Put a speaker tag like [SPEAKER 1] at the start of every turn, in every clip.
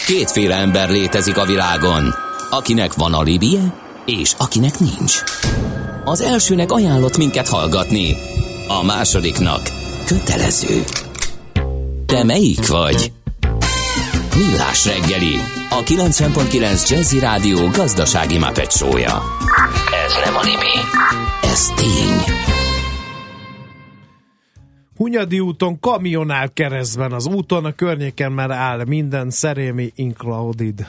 [SPEAKER 1] Kétféle ember létezik a világon, akinek van alibije, és akinek nincs. Az elsőnek ajánlott minket hallgatni, a másodiknak kötelező. Te melyik vagy? Millás reggeli, a 90.9 Jazzy Rádió gazdasági Muppet show-ja. Ez nem alibi, ez tény.
[SPEAKER 2] Hunyadi úton kamion áll keresztben az úton, a környéken már áll minden, Szerémi included.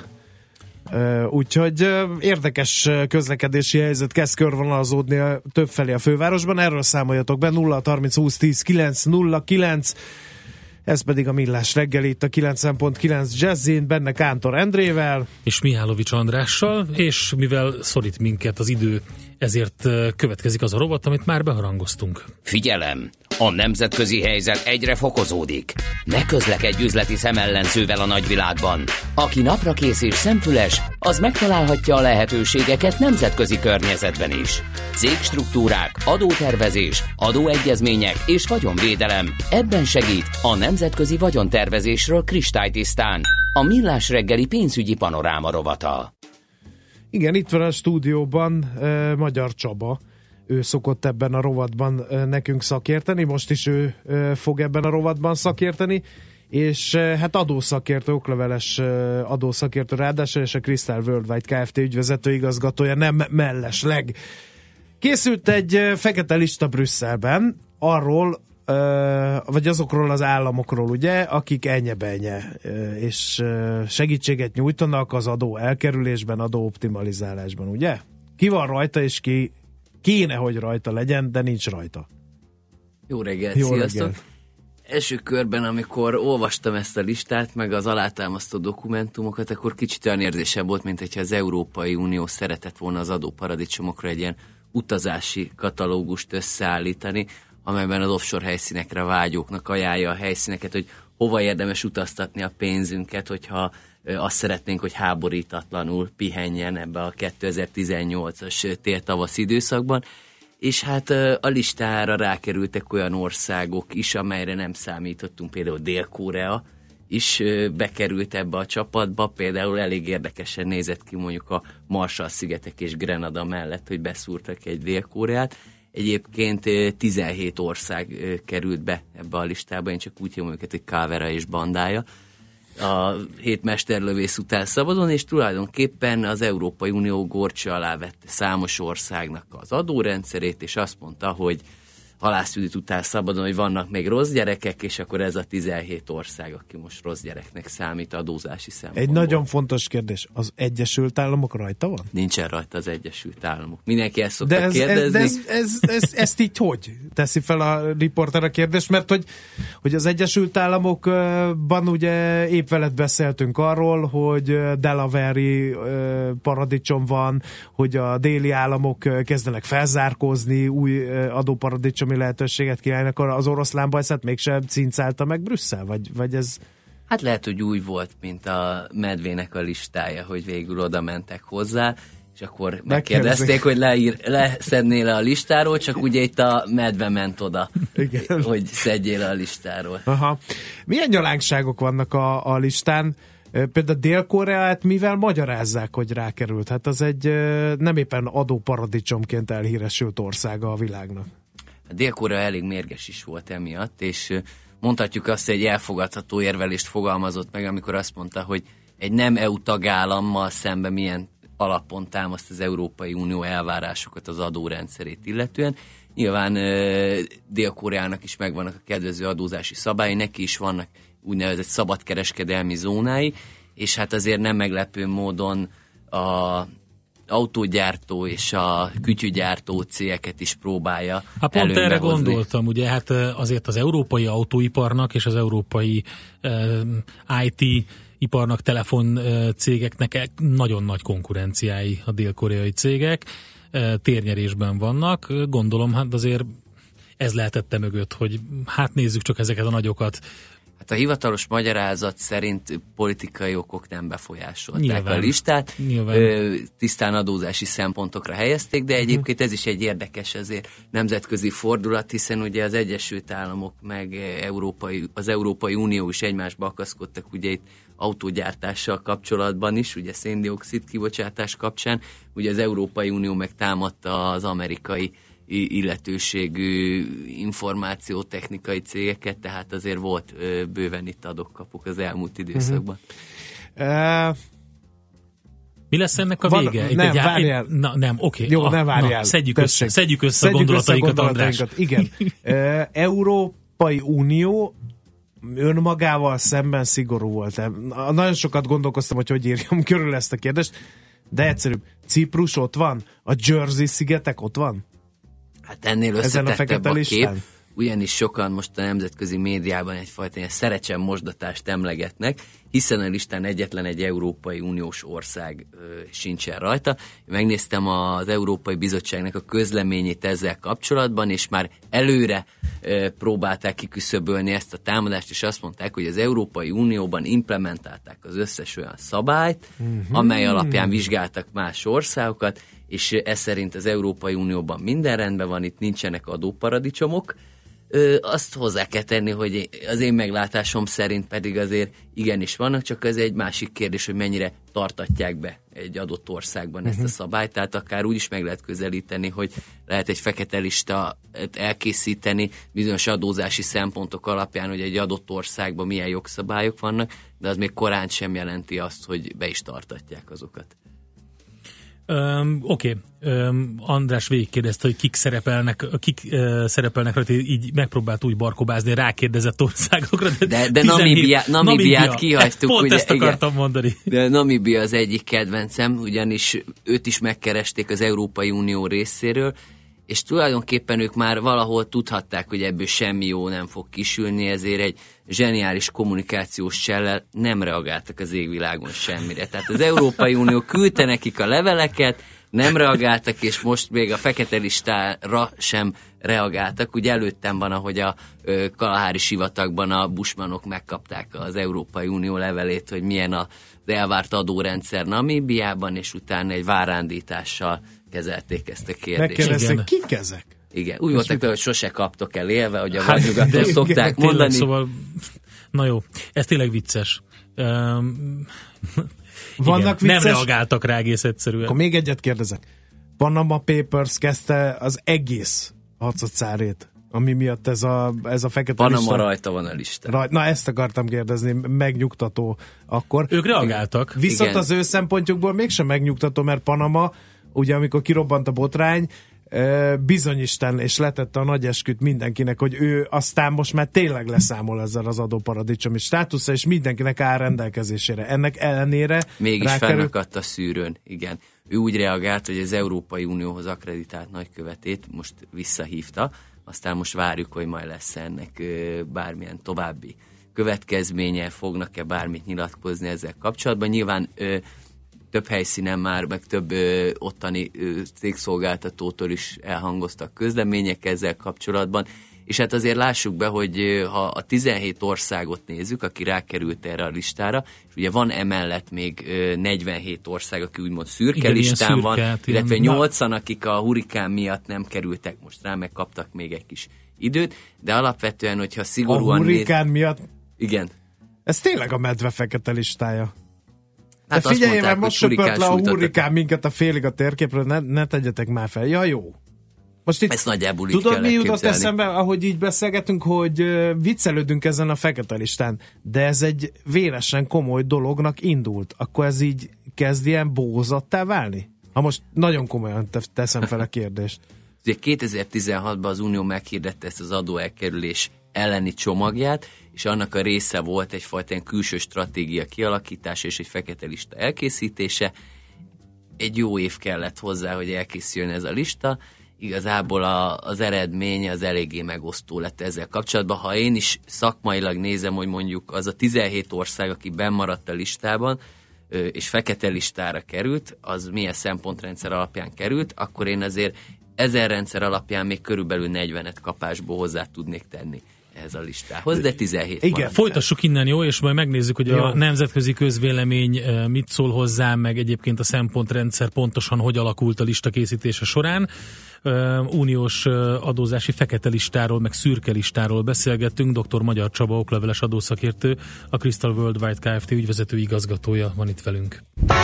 [SPEAKER 2] Úgyhogy érdekes közlekedési helyzet kezd körvonalazódni többfelé a fővárosban. Erről számoljatok be, 0-30 20 10 909. Ez pedig a Millás reggeli itt a 90.9 Jazzin, benne Kántor Endrével.
[SPEAKER 3] És Mihálovics Andrással, és mivel szorít minket az idő, ezért következik az a rovat, amit már beharangoztunk.
[SPEAKER 1] Figyelem! A nemzetközi helyzet egyre fokozódik. Ne közlekedj üzleti szemellenzővel a nagyvilágban. Aki naprakész és szemfüles, az megtalálhatja a lehetőségeket nemzetközi környezetben is. Cégstruktúrák, adótervezés, adóegyezmények és vagyonvédelem. Ebben segít a nemzetközi vagyontervezésről kristálytisztán a Millás reggeli pénzügyi panoráma rovata.
[SPEAKER 2] Igen, itt van a stúdióban Magyar Csaba. Ő szokott ebben a rovatban nekünk szakérteni, most is ő fog ebben a rovatban szakérteni, és hát adószakértő, okleveles adószakértő ráadásul, és a Crystal Worldwide Kft. Ügyvezető igazgatója, nem mellesleg. Készült egy fekete lista Brüsszelben arról, vagy azokról az államokról, ugye, akik ennye-benye, és segítséget nyújtanak az adó elkerülésben, adó optimalizálásban, ugye? Ki van rajta, és ki kéne, hogy rajta legyen, de nincs rajta.
[SPEAKER 4] Jó reggelt, sziasztok! Első körben, amikor olvastam ezt a listát, meg az alátámasztó dokumentumokat, akkor kicsit olyan érzésem volt, mint hogyha az Európai Unió szeretett volna az adóparadicsomokra egy ilyen utazási katalógust összeállítani, amelyben az offshore helyszínekre vágyóknak ajánlja a helyszíneket, hogy hova érdemes utaztatni a pénzünket, hogyha azt szeretnénk, hogy háborítatlanul pihenjen ebbe a 2018-as tél-tavasz időszakban, és hát a listára rákerültek olyan országok is, amelyre nem számítottunk, például Dél-Korea is bekerült ebbe a csapatba, például elég érdekesen nézett ki mondjuk a Marshall-szigetek és Grenada mellett, hogy beszúrtak egy Dél-Koreát. Egyébként 17 ország került be ebbe a listába, én csak úgy hívom őket, hogy Kávera és bandája, a 7 mesterlövész után szabadon, és tulajdonképpen az Európai Unió górcsa alá vette számos országnak az adórendszerét, és azt mondta, hogy Halász után szabadon, hogy vannak még rossz gyerekek, és akkor ez a 17 ország, aki most rossz gyereknek számít adózási szempontból.
[SPEAKER 2] Egy nagyon fontos kérdés, az Egyesült Államok rajta van?
[SPEAKER 4] Nincsen rajta az Egyesült Államok. Mindenki ezt szokta kérdezni.
[SPEAKER 2] Ezt így hogy teszi fel a riporter a kérdést? Mert hogy az Egyesült Államokban ugye épp veled beszéltünk arról, hogy Delaware-i paradicsom van, hogy a déli államok kezdenek felzárkózni, új adóparadicsom lehetőséget kínálnak, az oroszlán bajszát mégsem cincálta meg Brüsszel? Vagy ez...
[SPEAKER 4] Hát lehet, hogy úgy volt, mint a medvének a listája, hogy végül oda mentek hozzá, és akkor megkérdezték, hogy leszednél le a listáról, csak ugye itt a medve ment oda, igen, hogy szedjél le a listáról.
[SPEAKER 2] Aha. Milyen nyalánkságok vannak a listán? Például Dél-Koreát mivel magyarázzák, hogy rákerült? Hát az egy nem éppen adóparadicsomként elhíresült országa a világnak.
[SPEAKER 4] A Dél-Korea elég mérges is volt emiatt, és mondhatjuk azt, hogy egy elfogadható érvelést fogalmazott meg, amikor azt mondta, hogy egy nem EU tagállammal szemben milyen alapon támaszt az Európai Unió elvárásokat az adórendszerét illetően. Nyilván Dél-Koreának is megvannak a kedvező adózási szabályi, neki is vannak úgynevezett szabadkereskedelmi zónái, és hát azért nem meglepő módon a autógyártó és a kütyügyártó cégeket is próbálja
[SPEAKER 3] pont erre gondoltam, ugye hát azért az európai autóiparnak és az európai IT iparnak, telefon cégeknek nagyon nagy konkurenciái a dél-koreai cégek, térnyerésben vannak, gondolom, hát azért ez lehetette mögött, hogy hát nézzük csak ezeket a nagyokat.
[SPEAKER 4] Hát a hivatalos magyarázat szerint politikai okok nem befolyásolták
[SPEAKER 3] nyilván,
[SPEAKER 4] a listát, tisztán adózási szempontokra helyezték, de egyébként ez is egy érdekes azért nemzetközi fordulat, hiszen ugye az Egyesült Államok meg az Európai Unió is egymásba akaszkodtak ugye itt autógyártással kapcsolatban is, ugye széndioxid kibocsátás kapcsán, ugye az Európai Unió meg támadta az amerikai illetőségű információtechnikai cégeket, tehát azért volt bőven itt adok-kapok az elmúlt időszakban.
[SPEAKER 3] Mi lesz ennek a vége?
[SPEAKER 2] Nem, várjál.
[SPEAKER 3] Nem, oké.
[SPEAKER 2] Jó, ne várjál.
[SPEAKER 3] Szedjük össze a gondolatainkat, András.
[SPEAKER 2] Igen. Európai Unió önmagával szemben szigorú volt. Nagyon sokat gondolkoztam, hogy írjam körül ezt a kérdést, de egyszerűbb. Ciprus ott van? A Jersey-szigetek ott van?
[SPEAKER 4] Hát ennél összetettebb a kép, ugyanis sokan most a nemzetközi médiában egyfajta ilyen szerecsen mosdatást emlegetnek, hiszen a listán egyetlen egy Európai Uniós ország sincsen rajta. Megnéztem az Európai Bizottságnak a közleményét ezzel kapcsolatban, és már előre próbálták kiküszöbölni ezt a támadást, és azt mondták, hogy az Európai Unióban implementálták az összes olyan szabályt, amely alapján vizsgáltak más országokat, és ez szerint az Európai Unióban minden rendben van, itt nincsenek adóparadicsomok. Azt hozzá kell tenni, hogy az én meglátásom szerint pedig azért igenis vannak, csak ez egy másik kérdés, hogy mennyire tartatják be egy adott országban ezt a szabályt, tehát akár úgy is meg lehet közelíteni, hogy lehet egy fekete listát elkészíteni bizonyos adózási szempontok alapján, hogy egy adott országban milyen jogszabályok vannak, de az még korán sem jelenti azt, hogy be is tartatják azokat.
[SPEAKER 3] Oké. András végigkérdezte, hogy kik szerepelnek rajta, így megpróbált úgy barkobázni rákérdezett országokra.
[SPEAKER 4] De Namibiát kihagytuk.
[SPEAKER 3] Pont
[SPEAKER 4] ugye,
[SPEAKER 3] ezt akartam mondani.
[SPEAKER 4] De Namibia az egyik kedvencem, ugyanis őt is megkeresték az Európai Unió részéről, és tulajdonképpen ők már valahol tudhatták, hogy ebből semmi jó nem fog kisülni, ezért egy zseniális kommunikációs csellel nem reagáltak az égvilágon semmire. Tehát az Európai Unió küldte nekik a leveleket, nem reagáltak, és most még a fekete listára sem reagáltak. Ugye előttem van, ahogy a Kalahári sivatagban a bushmanok megkapták az Európai Unió levelét, hogy milyen az elvárt adórendszer Namíbiában, és utána egy várándítással kezelték ezt a kérdést.
[SPEAKER 2] Megkérdezték, kik ezek?
[SPEAKER 4] Igen, úgy voltak, hogy sose kaptok el élve, hogy a vadnyugaton szokták mondani.
[SPEAKER 3] Tényleg, szóval, na jó, ez tényleg vicces.
[SPEAKER 2] Vannak
[SPEAKER 3] igen,
[SPEAKER 2] vicces?
[SPEAKER 3] nem reagáltak rá egész egyszerűen.
[SPEAKER 2] Akkor még egyet kérdezek. Panama Papers kezdte az egész hacacárét, ami miatt ez a fekete
[SPEAKER 4] Panama
[SPEAKER 2] lista...
[SPEAKER 4] rajta van a listán.
[SPEAKER 2] Na, ezt akartam kérdezni, megnyugtató akkor.
[SPEAKER 3] Ők reagáltak.
[SPEAKER 2] Viszont
[SPEAKER 4] igen.
[SPEAKER 2] Az ő szempontjukból mégsem megnyugtató, mert Panama, ugye amikor kirobbant a botrány, bizonyisten, és letette a nagy esküt mindenkinek, hogy ő aztán most már tényleg leszámol ezzel az adóparadicsomi státusza, és mindenkinek áll rendelkezésére. Ennek ellenére
[SPEAKER 4] mégis fennakadt a szűrőn, igen. Ő úgy reagált, hogy az Európai Unióhoz akkreditált nagykövetét most visszahívta, aztán most várjuk, hogy majd lesz ennek bármilyen további következménye, fognak-e bármit nyilatkozni ezzel kapcsolatban. Nyilván több helyszínen már, meg több ottani cégszolgáltatótól is elhangoztak közlemények ezzel kapcsolatban, és hát azért lássuk be, hogy ha a 17 országot nézzük, aki rákerült erre a listára, és ugye van emellett még 47 ország, aki úgymond szürke listán van, illetve 8-an, akik a hurikán miatt nem kerültek most rá, meg kaptak még egy kis időt, de alapvetően, hogyha szigorúan...
[SPEAKER 2] A hurikán miatt?
[SPEAKER 4] Igen.
[SPEAKER 2] Ez tényleg a medve fekete listája.
[SPEAKER 4] Hát
[SPEAKER 2] de figyelj, mert most söpört le a
[SPEAKER 4] hurrikán
[SPEAKER 2] minket a félig a térképről, ne tegyetek már fel. Ja, jó. Most itt,
[SPEAKER 4] ezt nagyjából így
[SPEAKER 2] tudod, mi jutott
[SPEAKER 4] képzelni.
[SPEAKER 2] eszembe, ahogy így beszélgetünk, hogy viccelődünk ezen a fekete listán, de ez egy véresen komoly dolognak indult. Akkor ez így kezd ilyen bózattá válni? Ha most nagyon komolyan teszem fel a kérdést.
[SPEAKER 4] Ugye 2016-ban az Unió meghirdette ezt az adóelkerülés elleni csomagját, és annak a része volt egyfajta ilyen külső stratégia kialakítása és egy fekete lista elkészítése. Egy jó év kellett hozzá, hogy elkészüljön ez a lista. Igazából az eredmény az eléggé megosztó lett ezzel kapcsolatban. Ha én is szakmailag nézem, hogy mondjuk az a 17 ország, aki bennmaradt a listában, és fekete listára került, az milyen szempontrendszer alapján került, akkor én azért ezen rendszer alapján még körülbelül 40-et kapásból hozzá tudnék tenni ehhez a listához, de 17
[SPEAKER 3] igen, van. Folytassuk innen, jó? És majd megnézzük, hogy a nemzetközi közvélemény mit szól hozzá, meg egyébként a szempontrendszer pontosan hogy alakult a lista készítése során. uniós adózási fekete listáról, meg szürke listáról beszélgettünk. Dr. Magyar Csaba, okleveles adószakértő, a Crystal Worldwide Kft. Ügyvezető igazgatója van itt velünk.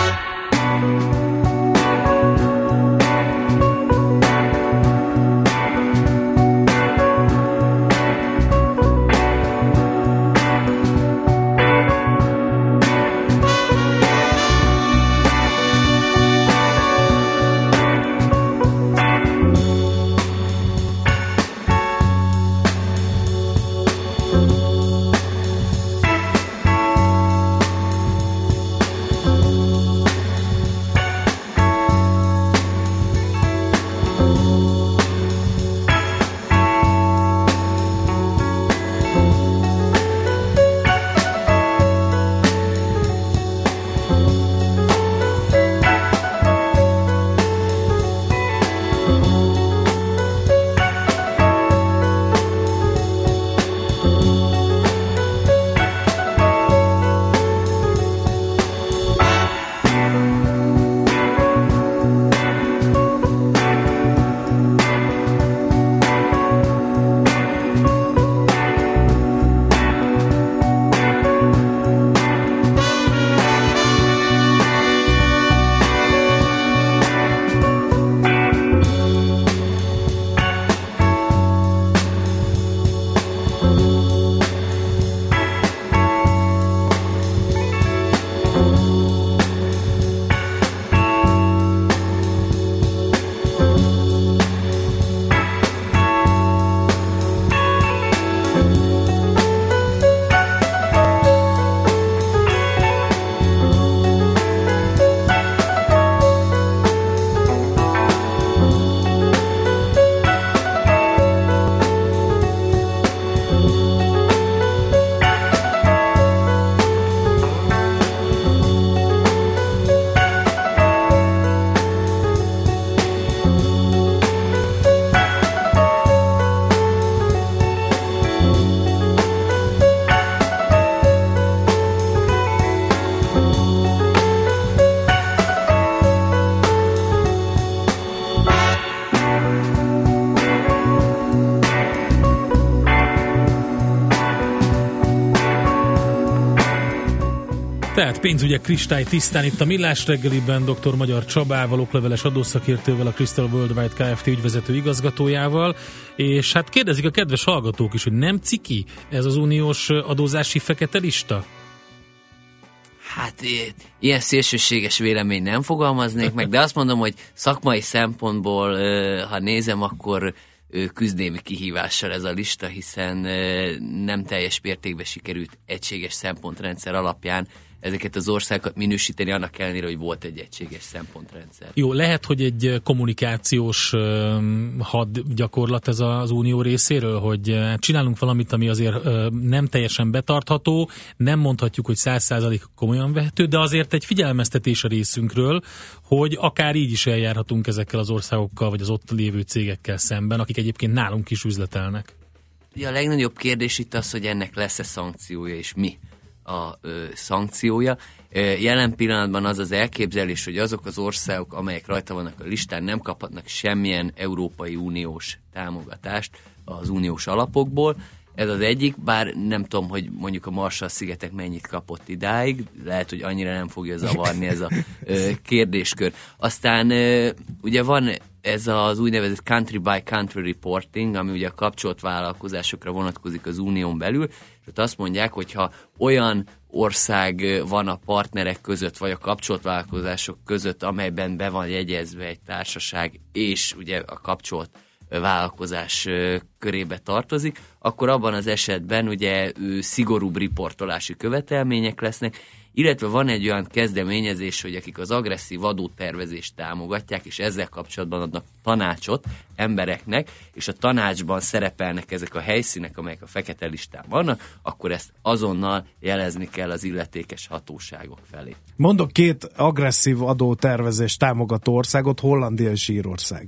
[SPEAKER 3] Tehát pénzügyek kristály tisztán itt a Millás reggeliben dr. Magyar Csabával, okleveles adószakértővel, a Crystal Worldwide Kft. Ügyvezető igazgatójával, és hát kérdezik a kedves hallgatók is, hogy nem ciki ez az uniós adózási fekete lista?
[SPEAKER 4] Hát ilyen szélsőséges vélemény nem fogalmaznék meg, de azt mondom, hogy szakmai szempontból, ha nézem, akkor küzdémi kihívással ez a lista, hiszen nem teljes mértékben sikerült egységes szempontrendszer alapján ezeket az országokat minősíteni, annak ellenére, hogy volt egy egységes szempontrendszer.
[SPEAKER 3] Jó, lehet, hogy egy kommunikációs hadgyakorlat ez az unió részéről, hogy csinálunk valamit, ami azért nem teljesen betartható, nem mondhatjuk, hogy 100% komolyan vehető, de azért egy figyelmeztetés a részünkről, hogy akár így is eljárhatunk ezekkel az országokkal, vagy az ott lévő cégekkel szemben, akik egyébként nálunk is üzletelnek.
[SPEAKER 4] A legnagyobb kérdés itt az, hogy ennek lesz-e szankciója, és mi a szankciója. Jelen pillanatban az az elképzelés, hogy azok az országok, amelyek rajta vannak a listán, nem kaphatnak semmilyen Európai Uniós támogatást az uniós alapokból. Ez az egyik, bár nem tudom, hogy mondjuk a Marshall-szigetek mennyit kapott idáig, lehet, hogy annyira nem fogja zavarni ez a kérdéskör. Aztán ugye van ez az úgynevezett country by country reporting, ami ugye a kapcsolt vállalkozásokra vonatkozik az unión belül, és ott azt mondják, hogy ha olyan ország van a partnerek között, vagy a kapcsolt vállalkozások között, amelyben be van jegyezve egy társaság, és ugye a kapcsolt vállalkozás körébe tartozik, akkor abban az esetben ugye szigorúbb riportolási követelmények lesznek, illetve van egy olyan kezdeményezés, hogy akik az agresszív adótervezést támogatják, és ezzel kapcsolatban adnak tanácsot embereknek, és a tanácsban szerepelnek ezek a helyszínek, amelyek a fekete listán vannak, akkor ezt azonnal jelezni kell az illetékes hatóságok felé.
[SPEAKER 2] Mondok két agresszív adótervezést támogató országot, Hollandia és Írország.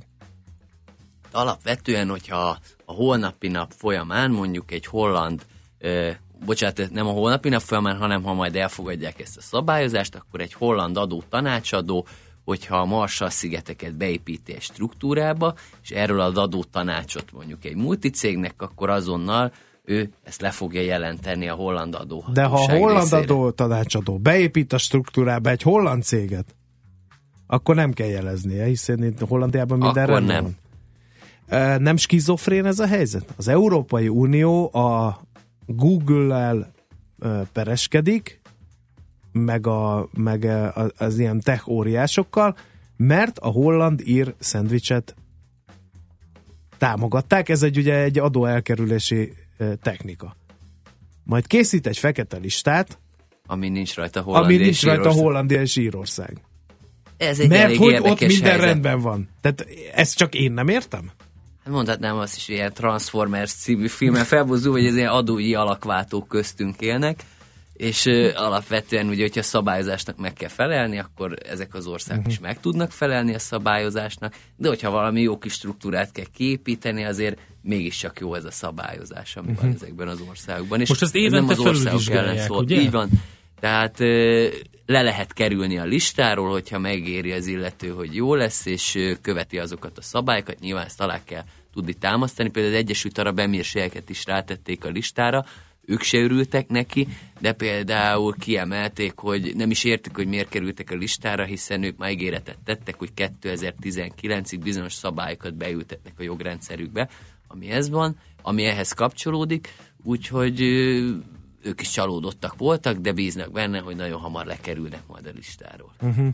[SPEAKER 4] Alapvetően, hogyha a holnapi nap folyamán mondjuk egy holland, nem a holnapi nap folyamán, hanem ha majd elfogadják ezt a szabályozást, akkor egy holland adó tanácsadó hogyha a Marshall-szigeteket beépíti egy struktúrába, és erről az adótanácsot mondjuk egy multicégnek, akkor azonnal ő ezt le fogja jelenteni a holland adóhatóság.
[SPEAKER 2] De ha a holland adótanácsadó beépít a struktúrába egy holland céget, akkor nem kell jeleznie, hiszen itt Hollandiában minden
[SPEAKER 4] akkor
[SPEAKER 2] rendben van. Nem skizofrén ez a helyzet? Az Európai Unió a Google-lel pereskedik, meg az ilyen tech óriásokkal, mert a holland-ír szendvicset támogatták. Ez ugye egy adóelkerülési technika. Majd készít egy fekete listát,
[SPEAKER 4] ami nincs rajta
[SPEAKER 2] Hollandia és Írország.
[SPEAKER 4] Ez egy
[SPEAKER 2] mert
[SPEAKER 4] elég
[SPEAKER 2] hogy
[SPEAKER 4] érdekes
[SPEAKER 2] ott minden
[SPEAKER 4] helyzet.
[SPEAKER 2] rendben van. Tehát ezt csak én nem értem?
[SPEAKER 4] Mondhatnám azt is, hogy ilyen Transformers című filmen felbúzdul, hogy ez ilyen adói alakváltók köztünk élnek, és alapvetően ugye, hogyha a szabályozásnak meg kell felelni, akkor ezek az országok is meg tudnak felelni a szabályozásnak, de hogyha valami jó kis struktúrát kell kiépíteni, azért mégiscsak jó ez a szabályozás, ami van ezekben az országokban. És
[SPEAKER 3] most ezt évente felülvizsgálják, ugye?
[SPEAKER 4] Így van. Tehát le lehet kerülni a listáról, hogyha megéri az illető, hogy jó lesz, és követi azokat a szabályokat. Nyilván ezt alá kell tudni támasztani. Például az Egyesült Arab Emírségeket is rátették a listára, ők se örültek neki, de például kiemelték, hogy nem is értik, hogy miért kerültek a listára, hiszen ők már ígéretet tettek, hogy 2019-ig bizonyos szabályokat beültetnek a jogrendszerükbe, ami ez van, ami ehhez kapcsolódik, úgyhogy ők is csalódottak voltak, de bíznak benne, hogy nagyon hamar lekerülnek majd a listáról.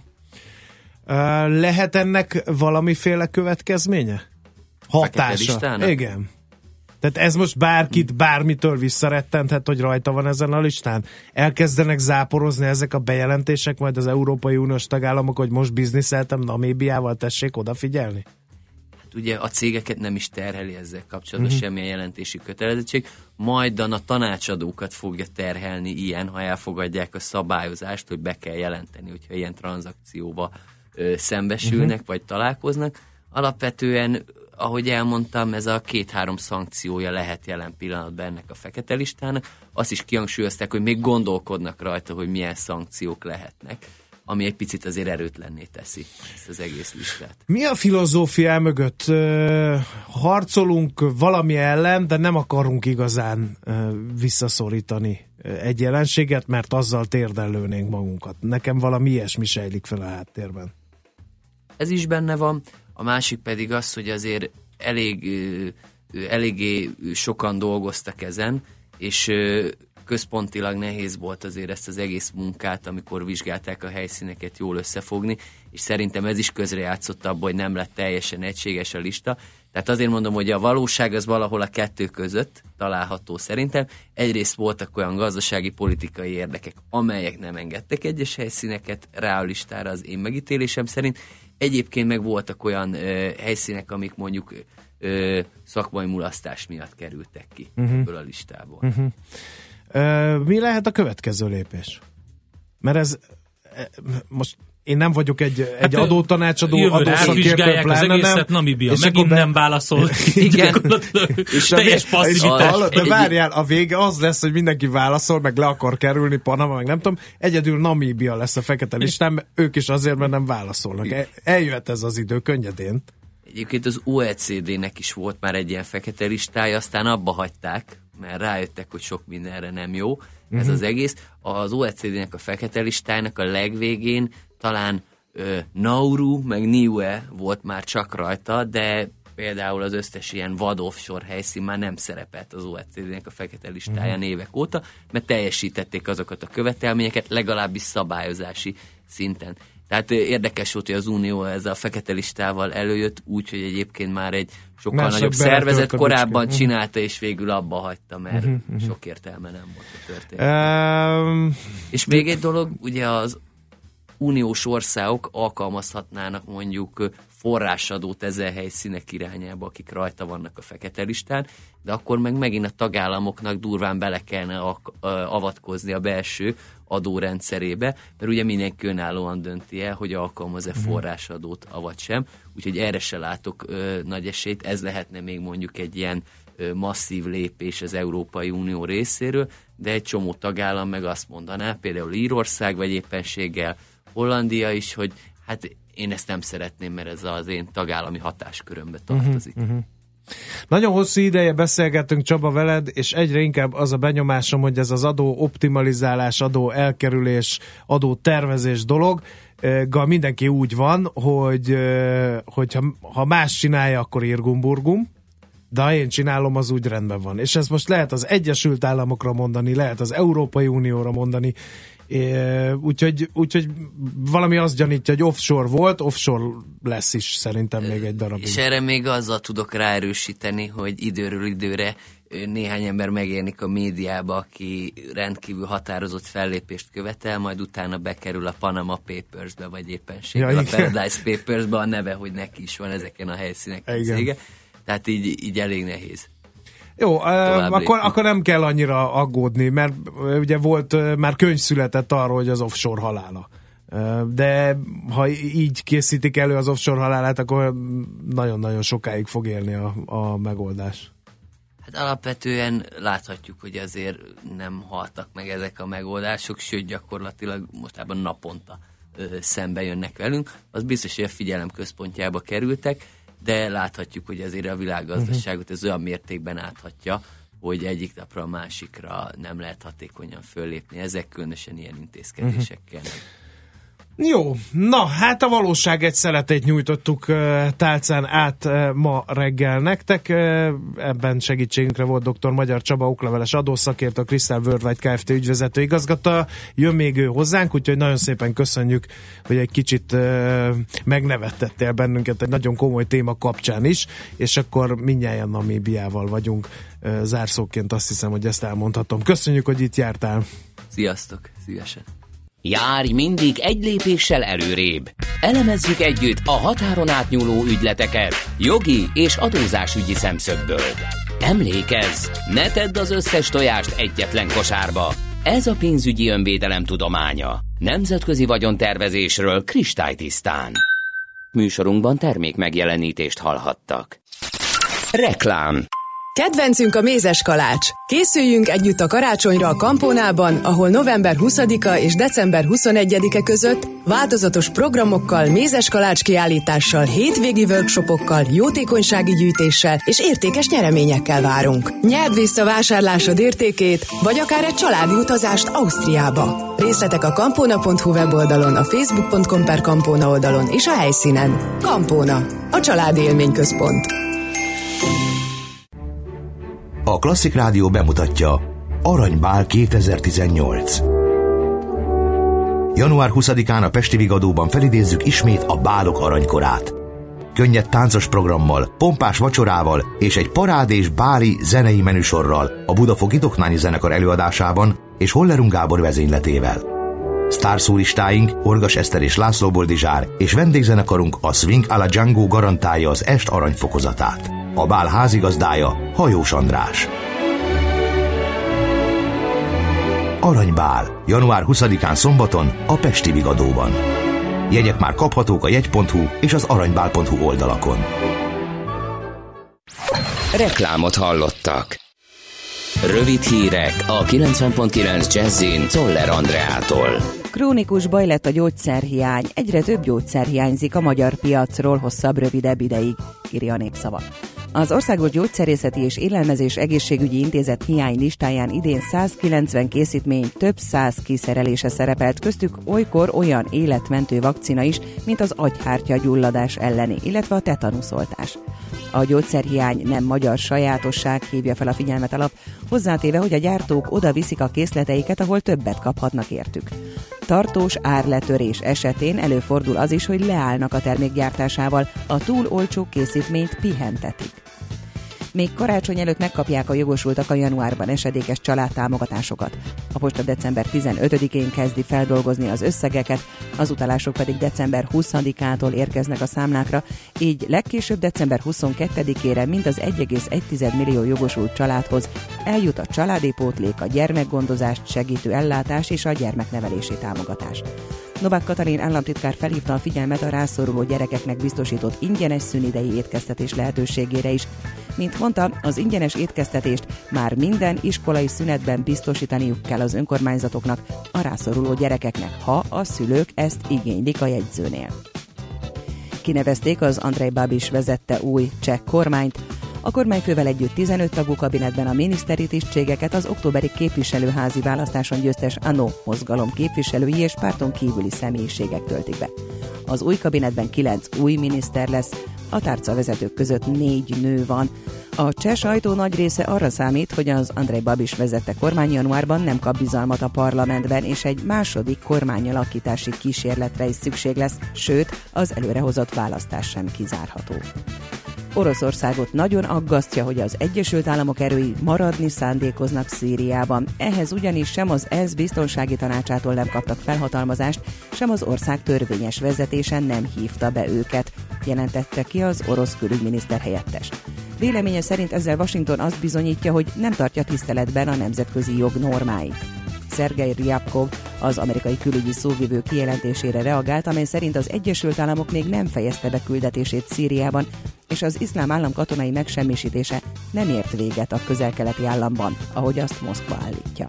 [SPEAKER 2] Lehet ennek valamiféle következménye? Hatása? Igen. Tehát ez most bárkit, bármitől visszarettenthet, hogy rajta van ezen a listán? Elkezdenek záporozni ezek a bejelentések majd az Európai Uniós tagállamok, hogy most bizniszeltem Namíbiával, tessék odafigyelni?
[SPEAKER 4] Hát ugye a cégeket nem is terheli ezzel kapcsolatban semmilyen jelentési kötelezettség, majd a tanácsadókat fogja terhelni ilyen, ha elfogadják a szabályozást, hogy be kell jelenteni, hogyha ilyen tranzakcióba szembesülnek, vagy találkoznak. Alapvetően, ahogy elmondtam, ez a 2-3 szankciója lehet jelen pillanatban ennek a fekete listának. Azt is kihangsúlyozták, hogy még gondolkodnak rajta, hogy milyen szankciók lehetnek, ami egy picit azért erőtlenné teszi ezt az egész listát.
[SPEAKER 2] Mi a filozófia mögött? Harcolunk valami ellen, de nem akarunk igazán visszaszorítani egy jelenséget, mert azzal térdelőnénk magunkat. Nekem valami ilyesmi sejlik fel a háttérben.
[SPEAKER 4] Ez is benne van. A másik pedig az, hogy azért eléggé sokan dolgoztak ezen, és központilag nehéz volt azért ezt az egész munkát, amikor vizsgálták a helyszíneket, jól összefogni, és szerintem ez is közrejátszott abban, hogy nem lett teljesen egységes a lista. Tehát azért mondom, hogy a valóság az valahol a kettő között található szerintem. Egyrészt voltak olyan gazdasági, politikai érdekek, amelyek nem engedtek egyes helyszíneket rá a listára az én megítélésem szerint. Egyébként meg voltak olyan helyszínek, amik mondjuk szakmai mulasztás miatt kerültek ki ebből a listából.
[SPEAKER 2] Mi lehet a következő lépés? Mert ez most én nem vagyok egy adótanácsadó,
[SPEAKER 3] adószakértő,
[SPEAKER 2] pláne
[SPEAKER 3] az egészet Namíbia, megint nem válaszolt.
[SPEAKER 4] Igen.
[SPEAKER 3] És teljes passzivitás.
[SPEAKER 2] De várjál, a vége az lesz, hogy mindenki válaszol, meg le akar kerülni Panama, meg nem tudom, egyedül Namíbia lesz a fekete listán, ők is azért, mert nem válaszolnak. Eljöhet ez az idő könnyedén.
[SPEAKER 4] Egyébként az OECD-nek is volt már egy ilyen fekete listája, aztán abba hagyták, mert rájöttek, hogy sok mindenre nem jó ez az egész. Az OECD-nek a fekete listájának a legvégén talán Nauru, meg Niue volt már csak rajta, de például az összes ilyen vad offshore helyszín már nem szerepelt az OECD-nek a fekete listáján évek óta, mert teljesítették azokat a követelményeket, legalábbis szabályozási szinten. Tehát érdekes volt, hogy az Unió ezzel a fekete listával előjött, úgyhogy egyébként már egy sokkal nagyobb szervezet korábban csinálta, és végül abba hagyta, mert sok értelme nem volt a történet. És még egy dolog, ugye az uniós országok alkalmazhatnának mondjuk forrásadót ezen helyszínek irányába, akik rajta vannak a fekete listán, de akkor meg megint a tagállamoknak durván bele kellene avatkozni a belső adórendszerébe, mert ugye mindenki önállóan dönti el, hogy alkalmaz-e forrásadót, avagy sem. Úgyhogy erre se látok nagy esélyt. Ez lehetne még mondjuk egy ilyen masszív lépés az Európai Unió részéről, de egy csomó tagállam meg azt mondaná, például Írország, vagy éppenséggel Hollandia is, hogy hát én ezt nem szeretném, mert ez az én tagállami hatáskörömbe tartozik.
[SPEAKER 2] Nagyon hosszú ideje beszélgettünk, Csaba, veled, és egyre inkább az a benyomásom, hogy ez az adó optimalizálás, adó elkerülés, adó tervezés dolog, mindenki úgy van, hogy ha más csinálja, akkor irgum-burgum, de ha én csinálom, az úgy rendben van. És ezt most lehet az Egyesült Államokra mondani, lehet az Európai Unióra mondani, úgyhogy valami azt gyanítja, hogy offshore volt, offshore lesz is szerintem még egy darabig.
[SPEAKER 4] És erre még azzal tudok ráerősíteni, hogy időről időre néhány ember megjelenik a médiába, aki rendkívül határozott fellépést követel, majd utána bekerül a Panama Papersbe, vagy éppenséggel a Paradise Papersbe a neve, hogy neki is van ezeken a helyszíneken cége. Tehát így elég nehéz.
[SPEAKER 2] Jó, akkor nem kell annyira aggódni, mert ugye volt, már könyv született arról, hogy az offshore halála. De ha így készítik elő az offshore halálát, akkor nagyon-nagyon sokáig fog élni a megoldás.
[SPEAKER 4] Hát alapvetően láthatjuk, hogy azért nem haltak meg ezek a megoldások, sőt gyakorlatilag mostában naponta szembe jönnek velünk. Az biztos, hogy a figyelem központjába kerültek, de láthatjuk, hogy azért a világgazdaságot ez olyan mértékben áthatja, hogy egyik napra a másikra nem lehet hatékonyan föllépni. Ezek különösen ilyen intézkedésekkel.
[SPEAKER 2] Jó, na hát a valóság egy szeletét nyújtottuk tálcán át ma reggel nektek. Ebben segítségünkre volt dr. Magyar Csaba, okleveles adószakértő, a Crystal Worldwide Kft. Ügyvezető igazgatója. Jön még ő hozzánk, úgyhogy nagyon szépen köszönjük, hogy egy kicsit megnevettettél bennünket egy nagyon komoly téma kapcsán is, és akkor mindnyájan Namíbiával vagyunk. Zárszóként azt hiszem, hogy ezt elmondhatom. Köszönjük, hogy itt jártál.
[SPEAKER 4] Sziasztok, szívesen.
[SPEAKER 1] Járj mindig egy lépéssel előrébb. Elemezzük együtt a határon átnyúló ügyleteket jogi és adózásügyi szemszögből. Emlékezz, ne tedd az összes tojást egyetlen kosárba. Ez a pénzügyi önvédelem tudománya. Nemzetközi vagyontervezésről kristálytisztán. Műsorunkban termék megjelenítést hallhattak. Reklám.
[SPEAKER 5] Kedvencünk a mézes kalács. Készüljünk együtt a karácsonyra a Campónában, ahol november 20-a és december 21-e között változatos programokkal, mézes kalács kiállítással, hétvégi workshopokkal, jótékonysági gyűjtéssel és értékes nyereményekkel várunk. Nyerd vissza vásárlásod értékét, vagy akár egy családi utazást Ausztriába. Részletek a campona.hu weboldalon, a facebook.com/Campona oldalon és a helyszínen. Campona, a családi élményközpont.
[SPEAKER 6] A Klasszik Rádió bemutatja Aranybál 2018. Január 20-án a Pesti Vigadóban felidézzük ismét a bálok aranykorát. Könnyed táncos programmal, pompás vacsorával és egy parádés báli zenei menüsorral a Budafoki Doknányi Zenekar előadásában és Hollerung Gábor vezényletével. Sztárszólistáink Orgas Eszter és László Boldizsár és vendégzenekarunk a Swing a la Django garantálja az est aranyfokozatát. A bál házigazdája Hajós András. Aranybál, január 20-án szombaton a Pesti Vigadóban. Jegyek már kaphatók a jegy.hu és az aranybál.hu oldalakon.
[SPEAKER 1] Reklámot hallottak. Rövid hírek a 90.9 Jazzin Czoller Andreától.
[SPEAKER 7] Krónikus baj lett a gyógyszerhiány. Egyre több gyógyszer hiányzik a magyar piacról hosszabb, rövidebb ideig, írja a Népszava. Az Országos Gyógyszerészeti és Élelmezés Egészségügyi Intézet hiány listáján idén 190 készítmény több 100 kiszerelése szerepelt, köztük olykor olyan életmentő vakcina is, mint az agyhártya-gyulladás elleni, illetve a tetanuszoltás. A gyógyszerhiány nem magyar sajátosság, hívja fel a figyelmet a lap, hozzátéve, hogy a gyártók oda viszik a készleteiket, ahol többet kaphatnak értük. Tartós árletörés esetén előfordul az is, hogy leállnak a termék gyártásával, a túl olcsó készítményt pihentetik. Még karácsony előtt megkapják a jogosultak a januárban esedékes családtámogatásokat. A posta december 15-én kezdi feldolgozni az összegeket, az utalások pedig december 20-ától érkeznek a számlákra, így legkésőbb december 22-ére mind az 1,1 millió jogosult családhoz eljut a családi pótlék, a gyermekgondozást segítő ellátás és a gyermeknevelési támogatás. Novák Katalin államtitkár felhívta a figyelmet a rászoruló gyerekeknek biztosított ingyenes szünidei étkeztetés lehetőségére is. Mint mondta, az ingyenes étkeztetést már minden iskolai szünetben biztosítaniuk kell az önkormányzatoknak, a rászoruló gyerekeknek, ha a szülők ezt igénylik a jegyzőnél. kinevezték az Andrej Babiš vezette új cseh kormányt. A kormányfővel együtt 15 tagú kabinetben a miniszteri tisztségeket az októberi képviselőházi választáson győztes ANO mozgalom képviselői és párton kívüli személyiségek töltik be. Az új kabinetben 9 új miniszter lesz, a tárcavezetők között 4 nő van. A cseh sajtó nagy része arra számít, hogy az Andrej Babiš vezette kormány januárban nem kap bizalmat a parlamentben, és egy második kormányalakítási kísérletre is szükség lesz, sőt, az előrehozott választás sem kizárható. Oroszországot nagyon aggasztja, hogy az Egyesült Államok erői maradni szándékoznak Szíriában. Ehhez ugyanis sem az ENSZ biztonsági tanácsától nem kaptak felhatalmazást, sem az ország törvényes vezetése nem hívta be őket, jelentette ki az orosz külügyminiszter helyettes. Véleménye szerint ezzel Washington azt bizonyítja, hogy nem tartja tiszteletben a nemzetközi jog normáit. Szergej Ryabkov az amerikai külügyi szóvivő kijelentésére reagált, amely szerint az Egyesült Államok még nem fejezte be küldetését Szíriában, és az iszlám állam katonai megsemmisítése nem ért véget a közel-keleti államban, ahogy azt Moszkva állítja.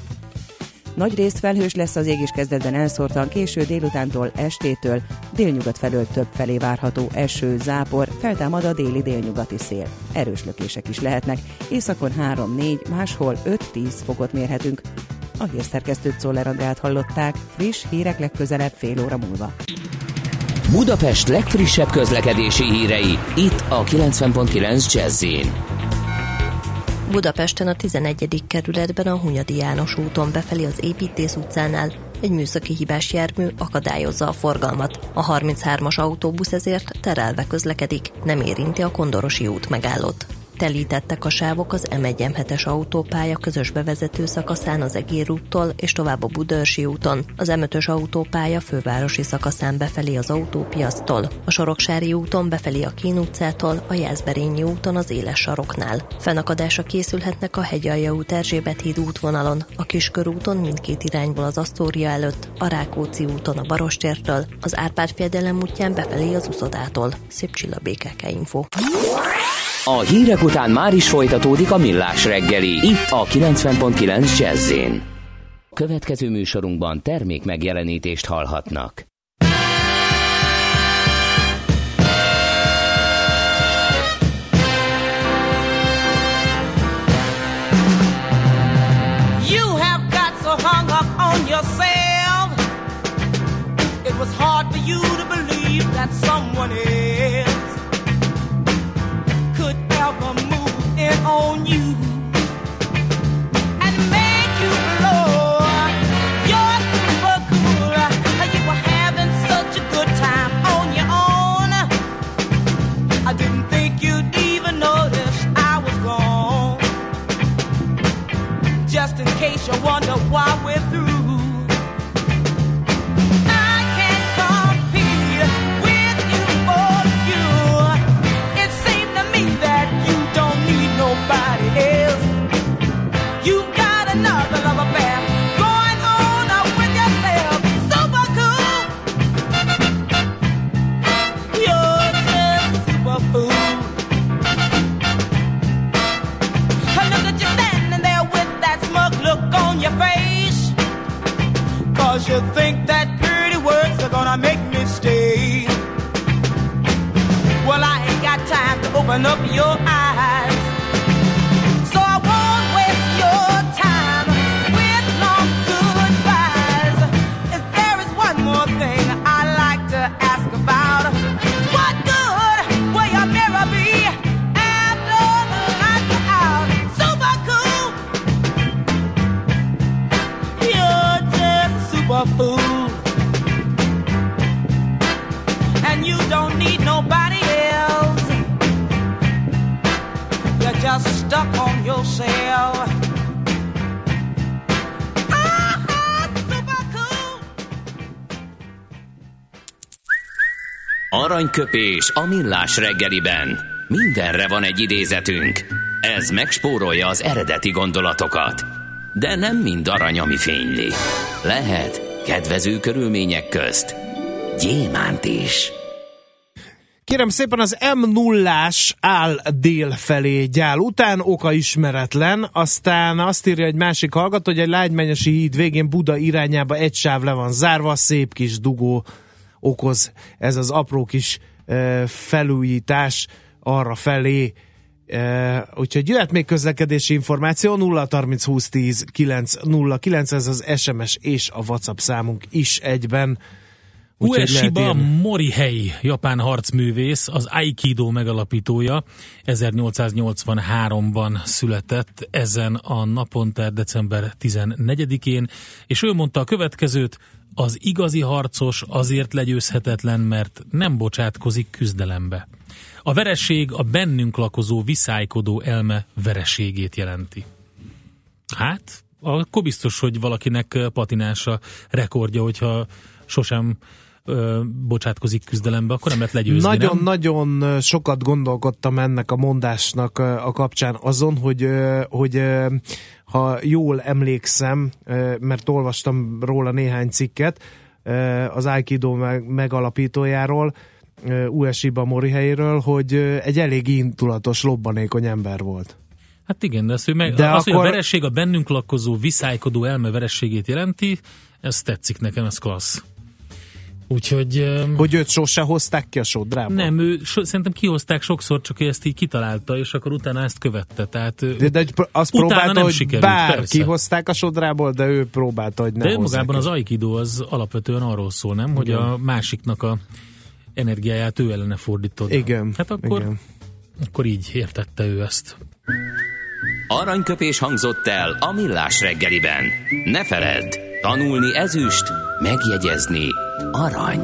[SPEAKER 7] Nagy részt felhős lesz az ég, és kezdetben elszórtan, késő délutántól estétől délnyugat felől több felé várható eső, zápor, feltámad a déli délnyugati szél. Erős lökések is lehetnek, északon 3-4, máshol 5-10 fokot mérhetünk. A hírszerkesztőt, Czoller Andrát hallották, friss hírek legközelebb fél óra múlva.
[SPEAKER 1] Budapest legfrissebb közlekedési hírei, itt a 90.9 Jazz-in.
[SPEAKER 8] Budapesten a 11. kerületben a Hunyadi János úton befelé az Építész utcánál egy műszaki hibás jármű akadályozza a forgalmat. A 33-as autóbusz ezért terelve közlekedik, nem érinti a Kondorosi út megállót. Telítettek a sávok az M1-M7-es autópálya közös bevezető szakaszán az Egér úttól és tovább a Budaörsi úton, az M5-ös autópálya fővárosi szakaszán befelé az Autópiasztól, a Soroksári úton befelé a Kín utcától, a Jászberényi úton az Éles saroknál. Fennakadásra készülhetnek a Hegyalja út Erzsébet híd útvonalon, a Kiskörúton mindkét irányból az Asztória előtt, a Rákóczi úton a Barostértől, az Árpád-fejedelem útján befelé az Uszodától. Szép Csilla, BKK Info.
[SPEAKER 1] A hírek után már is folytatódik a Millás reggeli, itt a 90.9 Jazz-in. Következő műsorunkban termék megjelenítést hallhatnak.
[SPEAKER 9] You have got so hung up on yourself. It was hard for you to believe that someone else could ever move in on you and make you blow. You're super cool. You were having such a good time on your own. I didn't think you'd even notice I was gone. Just in case you wonder why we're through. You think that pretty words are gonna make me stay. Well, I ain't got time to open up your eyes, so I won't waste your time with long goodbyes. If there is one more thing I'd like to ask about, what good will your mirror be after the lights are out? Super cool. You're just super fool, and you don't need nobody else. You're just stuck on yourself. Super cool.
[SPEAKER 1] Aranyköpés a Millás reggeliben. Mindenre van egy idézetünk. Ez megspórolja az eredeti gondolatokat. De nem mind arany, ami fényli. Lehet kedvező körülmények közt gyémánt is.
[SPEAKER 2] Kérem szépen, az M0-ás áll dél felé gyál után, oka ismeretlen, aztán azt írja egy másik hallgató, hogy egy Lágymennyesi híd végén Buda irányába egy sáv le van zárva, szép kis dugó okoz ez az apró kis felújítás arra felé. Úgyhogy jöhet még közlekedési információ 030 20 10 909, ez az SMS és a WhatsApp számunk is egyben.
[SPEAKER 3] Ueshiba Morihei, japán harcművész, az Aikido megalapítója, 1883-ban született ezen a napon, tehát december 14-én, és ő mondta a következőt: az igazi harcos azért legyőzhetetlen, mert nem bocsátkozik küzdelembe. A veresség a bennünk lakozó, viszálykodó elme vereségét jelenti. Hát, akkor biztos, hogy valakinek patinás a rekordja, hogyha sosem bocsátkozik küzdelembe, akkor nem lehet legyőzni.
[SPEAKER 2] Nagyon sokat gondolkodtam ennek a mondásnak a kapcsán azon, hogy ha jól emlékszem, mert olvastam róla néhány cikket, az Aikido megalapítójáról, Ueshiba Moriheiről, hogy egy elég indulatos, lobbanékony ember volt.
[SPEAKER 3] Hát igen, de hogy a veresség a bennünk lakozó, viszálykodó elme verességét jelenti, ez tetszik nekem, ez klassz. Úgyhogy...
[SPEAKER 2] Hogy őt sose hozták ki a sodrából?
[SPEAKER 3] Nem, szerintem kihozták sokszor, csak ő ezt így kitalálta, és akkor utána ezt követte. Tehát
[SPEAKER 2] de azt próbálta, hogy sikerült, kihozták a sodrából, de ő próbálta, hogy ne hozzák. De
[SPEAKER 3] magában az Aikido az alapvetően arról szól, nem? Hogy a másiknak a energiáját ő ellene fordítod.
[SPEAKER 2] Igen.
[SPEAKER 3] Hát akkor így értette ő ezt.
[SPEAKER 1] Aranyköpés hangzott el a Millás reggeliben. Ne feledd, tanulni ezüst, megjegyezni arany.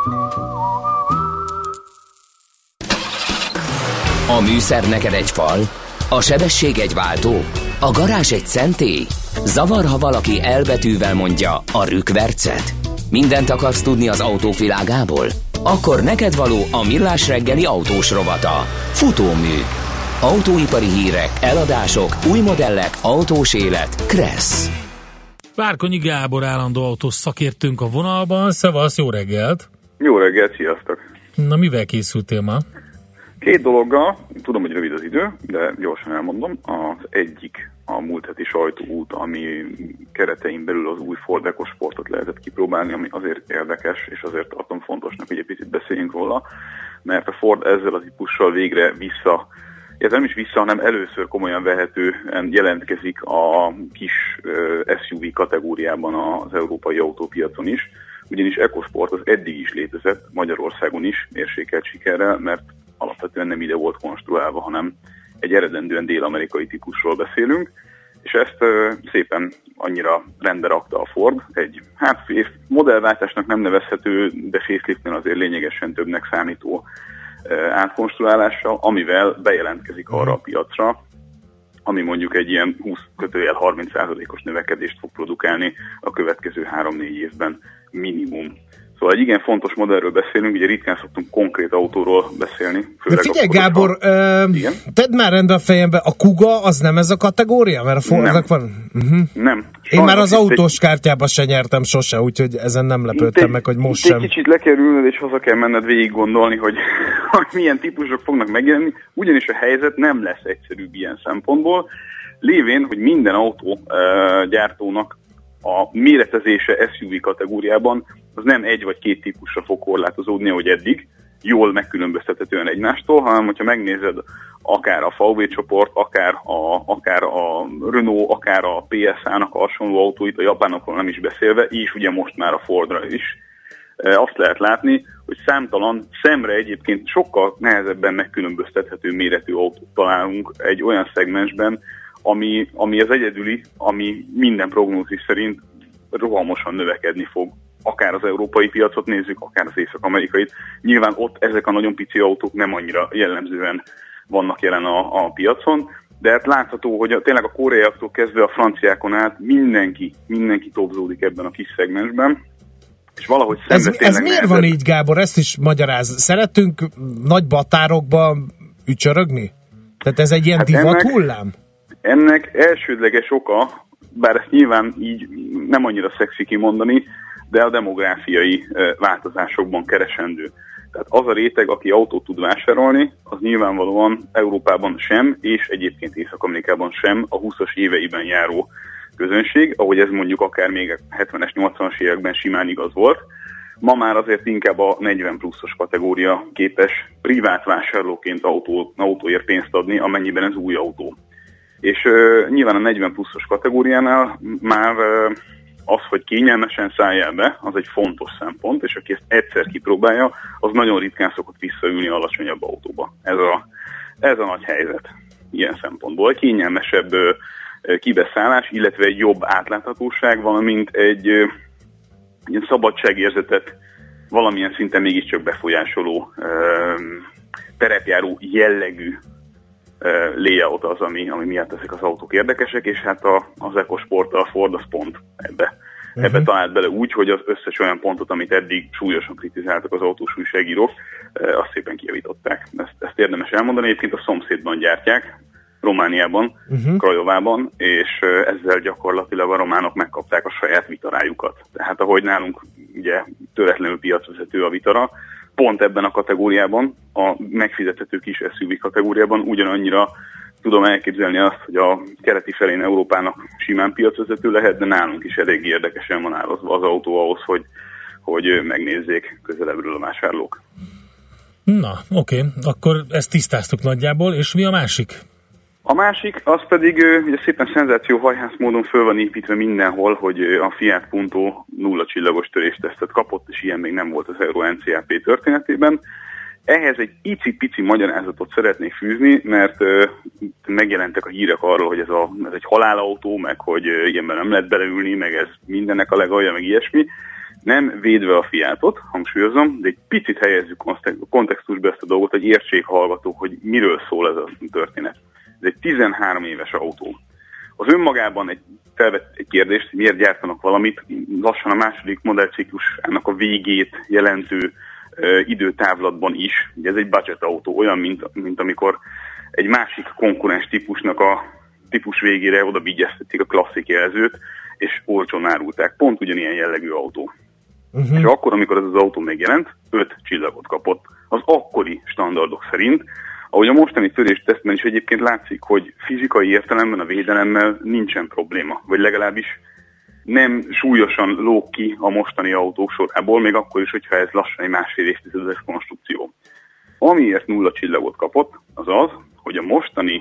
[SPEAKER 1] A műszer neked egy fal, a sebesség egy váltó, a garázs egy szentély. Zavar, ha valaki elbetűvel mondja a rükvercet. Mindent akarsz tudni az autók világából? Akkor neked való a Millás reggeli autós rovata. Futómű. Autóipari hírek, eladások, új modellek, autós élet. Kressz.
[SPEAKER 3] Várkonyi Gábor állandó autós szakértőnk a vonalban. Szevasz, jó reggelt!
[SPEAKER 10] Jó reggelt, sziasztok!
[SPEAKER 3] Na, mivel készültél ma?
[SPEAKER 10] Két dologgal, tudom, hogy rövid az idő, de gyorsan elmondom. Az egyik a múlt heti sajtóút, ami keretein belül az új Ford EcoSportot lehetett kipróbálni, ami azért érdekes, és azért tartom fontosnak, hogy egy picit beszéljünk róla, mert a Ford ezzel a típussal végre nem is vissza, hanem először komolyan vehetően jelentkezik a kis SUV kategóriában az európai autópiacon is, ugyanis EcoSport az eddig is létezett, Magyarországon is mérsékelt sikerrel, mert alapvetően nem ide volt konstruálva, hanem egy eredendően dél-amerikai típusról beszélünk, és ezt szépen annyira rendbe rakta a Ford, egy modellváltásnak nem nevezhető, de faceliftnél azért lényegesen többnek számító átkonstruálással, amivel bejelentkezik arra a piacra, ami mondjuk egy ilyen 20-30%-os növekedést fog produkálni a következő 3-4 évben minimum. Szóval egy igen fontos modellről beszélünk, ugye ritkán szoktunk konkrét autóról beszélni.
[SPEAKER 2] De figyelj Gábor, tedd már rendbe a fejembe, a Kuga az nem ez a kategória? Mert a Fordnak van?
[SPEAKER 10] Nem.
[SPEAKER 2] Én már az autós kártyába se nyertem sose, úgyhogy ezen nem lepődtem meg, hogy most sem.
[SPEAKER 10] Egy kicsit le kell ülnöd, és haza kell menned végig gondolni, hogy milyen típusok fognak megjelenni, ugyanis a helyzet nem lesz egyszerűbb ilyen szempontból, lévén, hogy minden autógyártónak a méretezése SUV kategóriában az nem egy vagy két típusra fog korlátozódni, ahogy eddig, jól megkülönböztethetően egymástól, hanem hogyha megnézed akár a VW csoport, akár a Renault, akár a PSA-nak a hasonló autóit, a japánokról nem is beszélve, és ugye most már a Fordra is, azt lehet látni, hogy számtalan, szemre egyébként sokkal nehezebben megkülönböztethető méretű autót találunk egy olyan szegmensben, ami az egyedüli, ami minden prognózis szerint rohamosan növekedni fog. Akár az európai piacot nézzük, akár az észak-amerikait. Nyilván ott ezek a nagyon pici autók nem annyira jellemzően vannak jelen a piacon, de hát látható, hogy tényleg a koreaiaktól kezdve a franciákon át mindenki topzódik ebben a kis szegmensben. És valahogy
[SPEAKER 2] ez miért van így, Gábor? Ezt is magyaráz. Szeretünk nagy batárokba ücsörögni? Tehát ez egy ilyen divat hullám?
[SPEAKER 10] Ennek elsődleges oka, bár ezt nyilván így nem annyira szexi kimondani, de a demográfiai változásokban keresendő. Tehát az a réteg, aki autót tud vásárolni, az nyilvánvalóan Európában sem, és egyébként Észak-Amerikában sem a 20-as éveiben járó közönség, ahogy ez mondjuk akár még 70-es, 80-as években simán igaz volt. Ma már azért inkább a 40 pluszos kategória képes privát vásárlóként autóért pénzt adni, amennyiben ez új autó. És nyilván a 40 pluszos kategóriánál már az, hogy kényelmesen szálljál be, az egy fontos szempont, és aki ezt egyszer kipróbálja, az nagyon ritkán szokott visszaülni alacsonyabb autóba. Ez a nagy helyzet ilyen szempontból. Kényelmesebb kibeszállás, illetve egy jobb átláthatóság, valamint egy ilyen szabadságérzetet valamilyen szinten mégiscsak befolyásoló terepjáró jellegű layout az, ami miatt ezek az autók érdekesek, és hát az EcoSport, a Ford az pont ebbe talált bele úgy, hogy az összes olyan pontot, amit eddig súlyosan kritizáltak az autós újságírók, azt szépen kijavították. Ezt érdemes elmondani, egyébként a szomszédban gyártják, Romániában, Craiovában, és ezzel gyakorlatilag a románok megkapták a saját vitarájukat. Tehát ahogy nálunk ugye töretlenül piacvezető a Vitara, pont ebben a kategóriában, a megfizethető kis SUV kategóriában ugyanannyira tudom elképzelni azt, hogy a keleti felén Európának simán piacvezető lehet, de nálunk is elég érdekesen van állazva az autó ahhoz, hogy megnézzék közelebbről a vásárlók.
[SPEAKER 3] Na, oké, akkor ezt tisztáztuk nagyjából, és mi a másik?
[SPEAKER 10] A másik, az pedig ugye szépen szenzációhajhász módon föl van építve mindenhol, hogy a Fiat Punto 0 csillagos töréstesztet kapott, és ilyen még nem volt az Euro NCAP történetében. Ehhez egy icipici magyarázatot szeretnék fűzni, mert megjelentek a hírek arról, hogy ez egy halálautó, meg hogy ilyenben nem lehet beleülni, meg ez mindennek a legalja, meg ilyesmi. Nem védve a Fiatot, hangsúlyozom, de egy picit helyezzük kontextusba ezt a dolgot, hogy értsék a hallgatók, hogy miről szól ez a történet. Ez egy 13 éves autó. Az önmagában felvett egy kérdést, hogy miért gyártanak valamit, lassan a második modellciklusának a végét jelentő időtávlatban is. Ugye ez egy budget autó, olyan, mint amikor egy másik konkurens típusnak a típus végére oda vigyeztették a klasszik jelzőt, és olcsón árulták. Pont ugyanilyen jellegű autó. És akkor, amikor ez az autó megjelent, 5 csillagot kapott. Az akkori standardok szerint, ahogy a mostani töréstesztben is egyébként látszik, hogy fizikai értelemben a védelemmel nincsen probléma, vagy legalábbis nem súlyosan lóg ki a mostani autók sorából, még akkor is, hogyha ez lassan egy másfél évtizedes konstrukció. Amiért 0 csillagot kapott, az az, hogy a mostani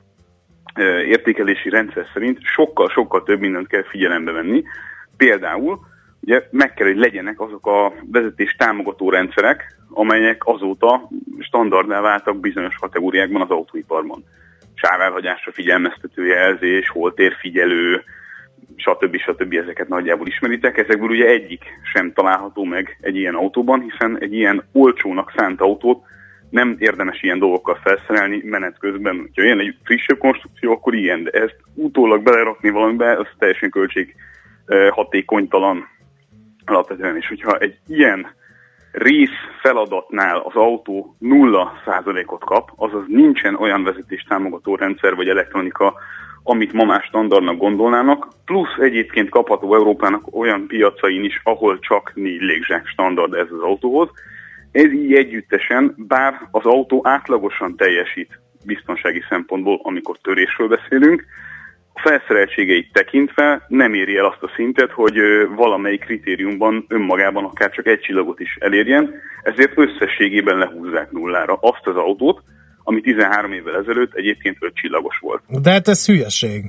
[SPEAKER 10] értékelési rendszer szerint sokkal több mindent kell figyelembe venni. Például ugye meg kell, hogy legyenek azok a vezetés támogató rendszerek, amelyek azóta standardná váltak bizonyos kategóriákban az autóiparban. Sávelhagyásra figyelmeztető jelzés, holtérfigyelő, stb. Ezeket nagyjából ismeritek. Ezekből ugye egyik sem található meg egy ilyen autóban, hiszen egy ilyen olcsónak szánt autót nem érdemes ilyen dolgokkal felszerelni menet közben. Ha ilyen egy frissebb konstrukció, akkor ilyen, de ezt utólag belerakni valamibe, az teljesen költség hatékonytalan alapvetően. És hogyha egy ilyen rész feladatnál az autó 0%-ot kap, azaz nincsen olyan vezetés támogató rendszer vagy elektronika, amit ma már standardnak gondolnának, plusz egyébként kapható Európának olyan piacain is, ahol csak 4 légzsák standard ez az autóhoz. Ez így együttesen, bár az autó átlagosan teljesít biztonsági szempontból, amikor törésről beszélünk, a felszereltségeit tekintve nem éri el azt a szintet, hogy valamelyik kritériumban önmagában akár csak 1 csillagot is elérjen, ezért összességében lehúzzák 0-ra azt az autót, ami 13 évvel ezelőtt egyébként 5 csillagos volt.
[SPEAKER 2] De hát ez hülyeség.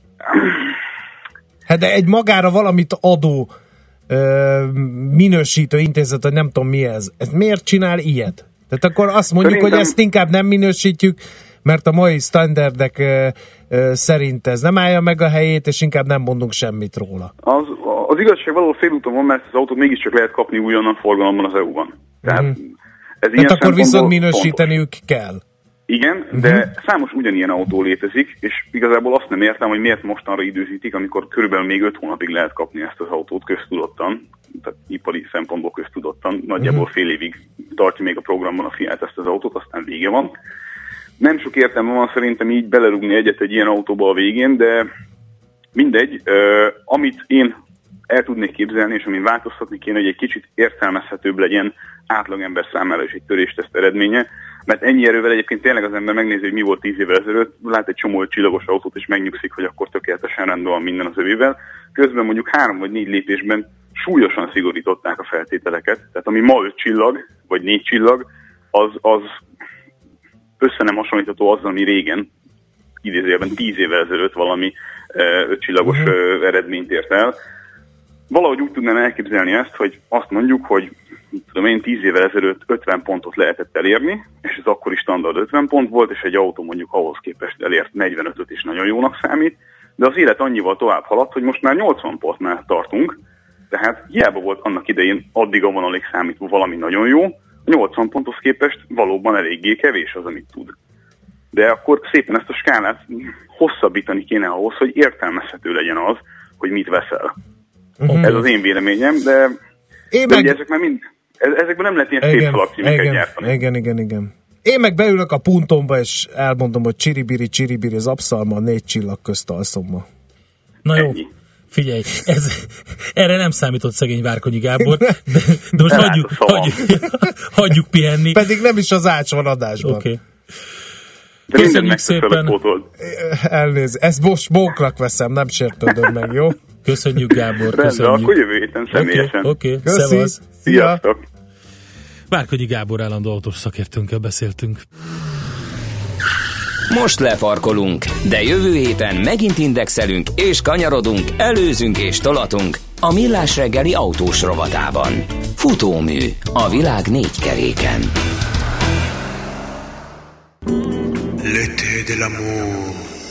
[SPEAKER 2] Hát de egy magára valamit adó minősítő intézet, hogy nem tudom mi ez. Ez miért csinál ilyet? Tehát akkor azt mondjuk, hogy ezt inkább nem minősítjük, mert a mai standardek szerint ez nem állja meg a helyét, és inkább nem mondunk semmit róla.
[SPEAKER 10] Az igazság valahol félúton van, mert az autót mégiscsak lehet kapni újonnan forgalomban az EU-ban. Tehát ez
[SPEAKER 2] akkor viszont minősíteniük kell.
[SPEAKER 10] Igen, de számos ugyanilyen autó létezik, és igazából azt nem értem, hogy miért mostanra időzítik, amikor körülbelül még 5 hónapig lehet kapni ezt az autót köztudottan, tehát ipari szempontból köztudottan, nagyjából fél évig tartja még a programban a Fiat ezt az autót, aztán vége van. Nem sok értelme van szerintem így belerúgni egyet egy ilyen autóba a végén, de mindegy, amit én el tudnék képzelni, és amin változtatni kéne, hogy egy kicsit értelmezhetőbb legyen átlagember számára is egy törésteszt eredménye, mert ennyi erővel egyébként tényleg az ember megnézi, hogy mi volt 10 évvel ezelőtt, lát egy csomó csillagos autót, és megnyugszik, hogy akkor tökéletesen rendben van minden az övével. Közben mondjuk 3 vagy 4 lépésben súlyosan szigorították a feltételeket, tehát ami ma 5 csillag, vagy 4 csillag, az össze nem hasonlítható azzal, ami régen, idézőjelben 10 évvel ezelőtt valami 5 csillagos eredményt ért el. Valahogy úgy tudnám elképzelni ezt, hogy azt mondjuk, hogy tudom én, 10 évvel ezelőtt 50 pontot lehetett elérni, és ez akkori standard 50 pont volt, és egy autó mondjuk ahhoz képest elért 45-öt is nagyon jónak számít, de az élet annyival tovább haladt, hogy most már 80 pontnál tartunk, tehát hiába volt annak idején addig a vonalig számítva valami nagyon jó, 80 ponthoz képest valóban eléggé kevés az, amit tud. De akkor szépen ezt a skálát hosszabbítani kéne ahhoz, hogy értelmezhető legyen az, hogy mit veszel. Ez az én véleményem, de ugye ezek már mind, ezekben nem lehet ilyen szép falakcímeket gyártani.
[SPEAKER 2] Igen. Én meg beülök a puntomba, és elmondom, hogy csiribiri az Abszalma 4 csillag közt alszom ma.
[SPEAKER 3] Na jó. Ennyi. Figyelj, erre nem számított szegény Várkonyi Gábor, de most hagyjuk pihenni.
[SPEAKER 2] Pedig nem is az Ács van adásban.
[SPEAKER 3] Okay. Köszönjük szépen.
[SPEAKER 2] Elnézést, ezt most móknak veszem, nem sértődöm meg, jó?
[SPEAKER 3] Köszönjük, Gábor.
[SPEAKER 10] Rendben, akkor jövő héten személyesen.
[SPEAKER 3] Oké. Szevasz.
[SPEAKER 10] Sziasztok.
[SPEAKER 3] Várkonyi Gábor állandó autós szakértőnkkel beszéltünk.
[SPEAKER 1] Most lefarkolunk, de jövő héten megint indexelünk és kanyarodunk, előzünk és tolatunk a Millás reggeli autós rovatában. Futómű a világ 4 keréken.
[SPEAKER 11] L'été de l'amour.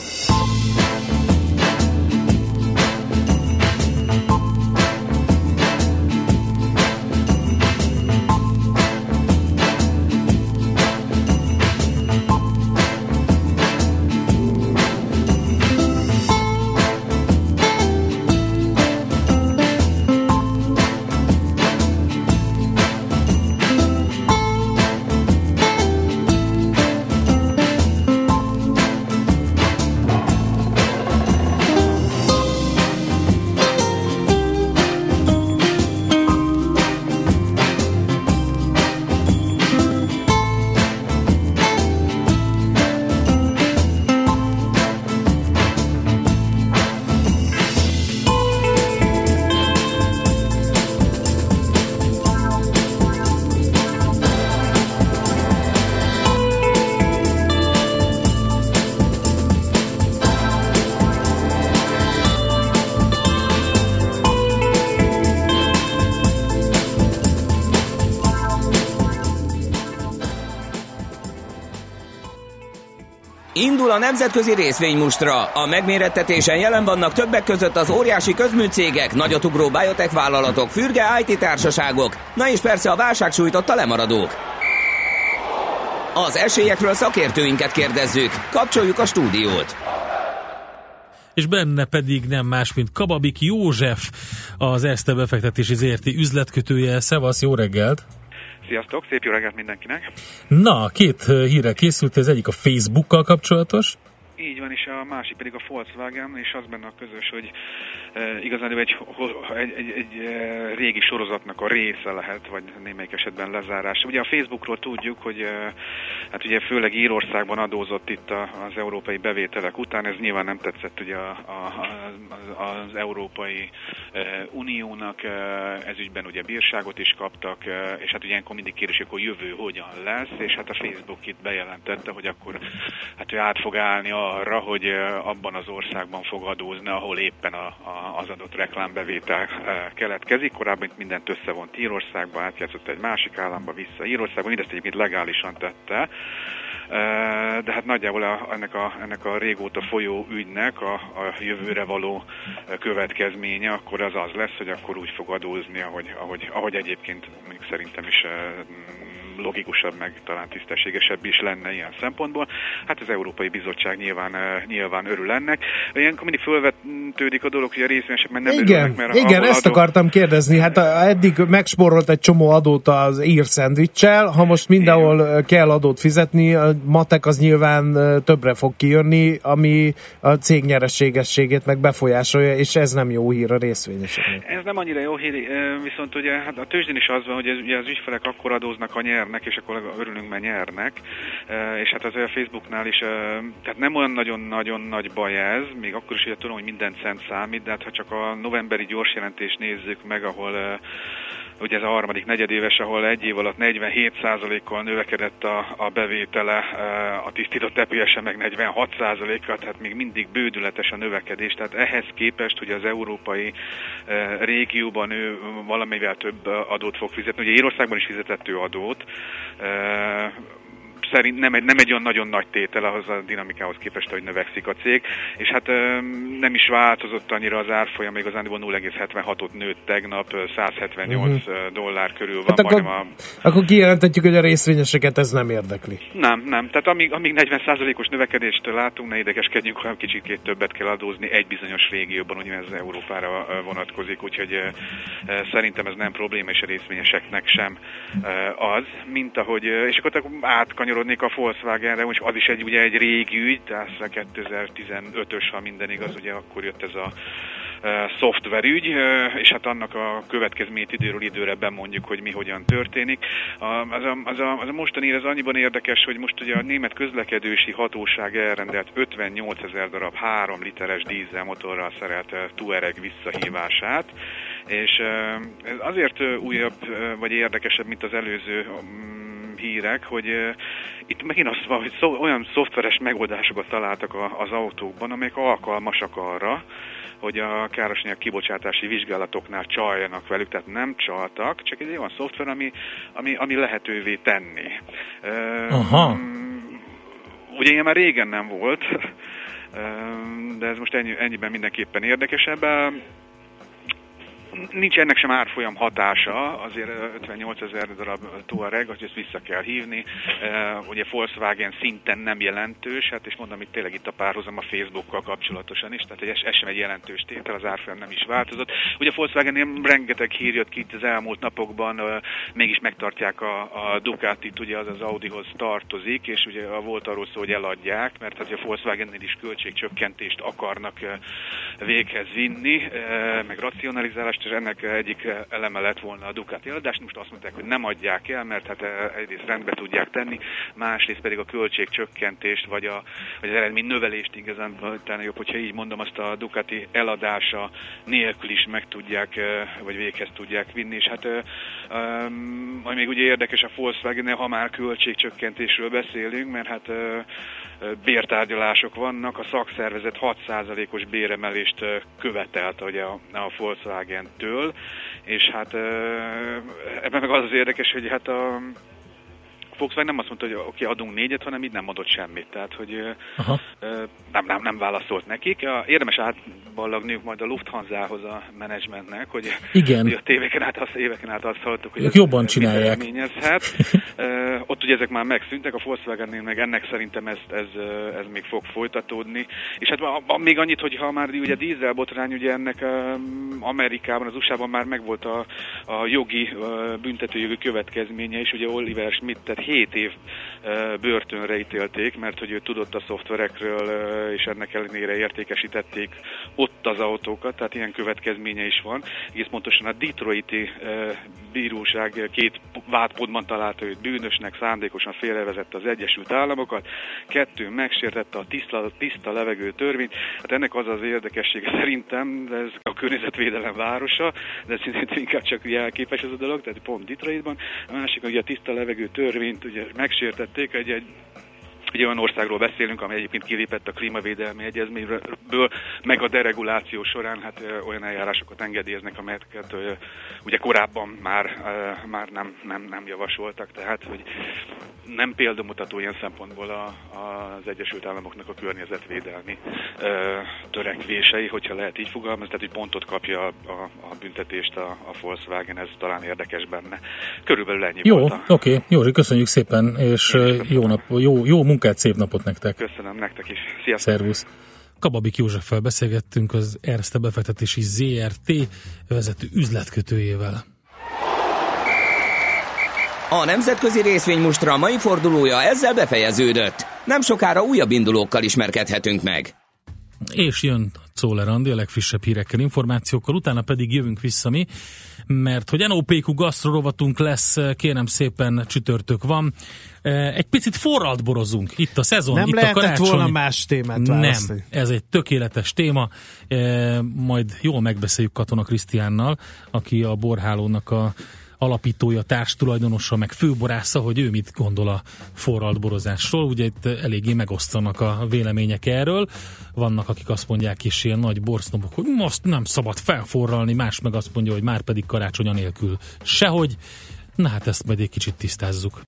[SPEAKER 1] Indul a nemzetközi részvénymustra. A megmérettetésen jelen vannak többek között az óriási közműcégek, nagyotugró biotech vállalatok, fürge IT társaságok, na és persze a válság sújtotta lemaradók. Az esélyekről szakértőinket kérdezzük. Kapcsoljuk a stúdiót.
[SPEAKER 3] És benne pedig nem más, mint Kababik József, az Erste befektetési ZRT üzletkötője. Szevasz, jó reggelt!
[SPEAKER 12] Sziasztok, szép jó reggelt mindenkinek!
[SPEAKER 3] Na, 2 hírre készült, az egyik a Facebookkal kapcsolatos.
[SPEAKER 12] Így van, és a másik pedig a Volkswagen, és az benne a közös, hogy igazán egy régi sorozatnak a része lehet, vagy némelyik esetben lezárás. Ugye a Facebookról tudjuk, hogy hát ugye főleg Írországban adózott itt az európai bevételek után, ez nyilván nem tetszett ugye az Európai Uniónak, ez ügyben ugye bírságot is kaptak, és hát ugye ilyenkor mindig kérdés, hogy jövő hogyan lesz, és hát a Facebook itt bejelentette, hogy akkor hát ő át fog állni arra, hogy abban az országban fog adózni, ahol éppen az adott reklámbevétel keletkezik. Korábban itt mindent összevont Írországba, átjátszott egy másik államba vissza Írországba, mindezt egyébként legálisan tette. De hát nagyjából ennek a régóta folyó ügynek a jövőre való következménye akkor az lesz, hogy akkor úgy fog adózni, ahogy egyébként még szerintem is logikusabb, meg talán tisztességesebb is lenne ilyen szempontból. Hát az Európai Bizottság nyilván örül ennek. Ilyenkor mindig fölvetődik a dolog, hogy a részvényesek már nem örülnek, mert
[SPEAKER 2] igen, ezt akartam kérdezni. Hát eddig megspórolt egy csomó adót az ír szendvicssel, ha most mindenhol kell adót fizetni, a matek az nyilván többre fog kijönni, ami a cég nyereségességét meg befolyásolja, és ez nem jó hír a részvényeseknek.
[SPEAKER 12] Ez nem annyira jó hír, viszont ugye hát a tőzsdén is az van, hogy ugye az ügyfelek akkor adóznak, ha nyernek, és akkor örülünk, mert nyernek, és hát az a Facebooknál is, tehát nem olyan nagyon-nagyon nagy baj ez, még akkor is ugye tudom, hogy minden cent számít, de hát ha csak a novemberi gyorsjelentést nézzük meg, ahol ugye ez a harmadik negyedéves, ahol egy év alatt 47%-kal növekedett a bevétele, a tisztított EPS-e meg 46%-kal, tehát még mindig bődületes a növekedés, tehát ehhez képest, hogy az európai régióban ő valamivel több adót fog fizetni, ugye Írországban is fizetett ő adót, szerint nem egy olyan nagyon nagy tétel ahhoz a dinamikához képest, hogy növekszik a cég, és hát nem is változott annyira az árfolyam, igazándiból 0,76-ot nőtt tegnap, $178 körül van.
[SPEAKER 2] Hát akkor kijelentetjük, hogy a részvényeseket ez nem érdekli.
[SPEAKER 12] Nem. Tehát amíg 40%-os növekedést látunk, ne idegeskedjünk, hanem kicsit többet kell adózni egy bizonyos régióban, ugye ez Európára vonatkozik, úgyhogy szerintem ez nem probléma, és a részvényeseknek sem az, mint ahogy, és akkor átkanyarodni a Volkswagenre, most az is ugye egy régi ügy, tehát 2015-ös, ha minden igaz, ugye akkor jött ez a szoftverügy, és hát annak a következményét időről időre bemondjuk, hogy mi hogyan történik. Az a mostani ez annyiban érdekes, hogy most ugye a német közlekedési hatóság elrendelt 58 000 darab 3 literes dízelmotorral szerelt Touareg visszahívását, és ez azért újabb vagy érdekesebb, mint az előző hírek, hogy itt megint azt van, hogy olyan szoftveres megoldásokat találtak az autókban, amelyek alkalmasak arra, hogy a károsanyag kibocsátási vizsgálatoknál csaljanak velük, tehát nem csaltak, csak egy olyan szoftver, ami lehetővé tenni.
[SPEAKER 3] Aha.
[SPEAKER 12] Ugye ilyen már régen nem volt, de ez most ennyiben mindenképpen érdekesebb. Nincs ennek sem árfolyam hatása, azért 58 000 darab Touareg, hogy ezt vissza kell hívni. Ugye Volkswagen szinten nem jelentős, hát és mondom, itt tényleg itt a párhuzam a Facebookkal kapcsolatosan is, tehát ez sem egy jelentős tétel, az árfolyam nem is változott. Ugye a Volkswagen rengeteg hír jött ki itt az elmúlt napokban, mégis megtartják a Ducatit, ugye az Audihoz tartozik, és ugye volt arról szó, hogy eladják, mert hát a Volkswagennél is költségcsökkentést akarnak véghez vinni, meg racionalizálást, és ennek egyik eleme lett volna a Ducati eladás. Most azt mondták, hogy nem adják el, mert hát egyrészt rendbe tudják tenni, másrészt pedig a költségcsökkentést, vagy az eredmény növelést igazán talán jobb, hogyha így mondom, azt a Ducati eladása nélkül is meg tudják, vagy véghez tudják vinni, és hát ami még ugye érdekes a Volkswagen-nél, ha már költségcsökkentésről beszélünk, mert hát bértárgyalások vannak, a szakszervezet 6%-os béremelést követelt ugye a Volkswagen-től, és hát ebben meg az érdekes, hogy hát a Volkswagen nem azt mondta, hogy oké, adunk 4-et, hanem így nem adott semmit, tehát hogy nem válaszolt nekik. Érdemes átballagniuk majd a Lufthansa-hoz a menedzsmentnek, hogy a éveken át azt hallottuk, hogy
[SPEAKER 3] jobban csinálják.
[SPEAKER 12] Ott ugye ezek már megszűntek, a Volkswagennél meg ennek szerintem ez még fog folytatódni. És hát még annyit, hogy ha már ugye dízelbotrány, ugye ennek Amerikában, az USA-ban már megvolt a jogi, büntetőjogi következménye, és ugye Oliver Schmidt 7 év börtönre ítélték, mert hogy ő tudott a szoftverekről, és ennek ellenére értékesítették ott az autókat, tehát ilyen következménye is van. Egész pontosan a detroiti bíróság 2 vádpontban találta őt bűnösnek, szándékosan félrevezette az Egyesült Államokat, 2 megsértette a tiszta levegő törvényt. Hát ennek az az érdekessége szerintem, de ez a környezetvédelem városa, de szerintem inkább csak jelképes ez a dolog, tehát pont Detroitban. A másik, ugye a tiszta levegő törvényt ugye megsértették, egy Ugye olyan országról beszélünk, amely egyébként kilépett a klímavédelmi egyezményből, meg a dereguláció során hát olyan eljárásokat engedélyeznek, amelyeket ugye korábban már nem javasoltak, tehát hogy nem példamutató ilyen szempontból az Egyesült Államoknak a környezetvédelmi törekvései, hogyha lehet így fogalmazni, tehát hogy pontot kapja a büntetést a Volkswagen, ez talán érdekes benne. Körülbelül ennyi volt.
[SPEAKER 3] Jó, oké. Józsi, köszönjük szépen, és jó munkát, szép napot nektek.
[SPEAKER 12] Köszönöm nektek is. Sziasztok.
[SPEAKER 3] Szervusz. Kababik Józseffel beszélgettünk, az Erste befektetési ZRT vezető üzletkötőjével.
[SPEAKER 1] A nemzetközi részvénymustra mai fordulója ezzel befejeződött. Nem sokára újabb indulókkal ismerkedhetünk meg.
[SPEAKER 3] És jön Czoller Andi a legfrissebb hírekkel, információkkal, utána pedig jövünk vissza mi, mert hogy NOPQ gasztrorovatunk lesz, kérem szépen, csütörtök van. Egy picit forralt borozunk, itt a szezon,
[SPEAKER 2] nem
[SPEAKER 3] itt
[SPEAKER 2] lehetett
[SPEAKER 3] a karácsony.
[SPEAKER 2] Volna más témát választani.
[SPEAKER 3] Nem, ez egy tökéletes téma, majd jól megbeszéljük Katona Krisztiánnal, aki a borhálónak a alapítója, társtulajdonosa, meg főborásza, hogy ő mit gondol a forralt borozásról. Ugye itt eléggé megosztanak a vélemények erről. Vannak, akik azt mondják is, ilyen nagy borsznobok, hogy most nem szabad felforralni, más meg azt mondja, hogy már pedig karácsony nélkül sehogy. Na hát ezt majd egy kicsit tisztázzuk.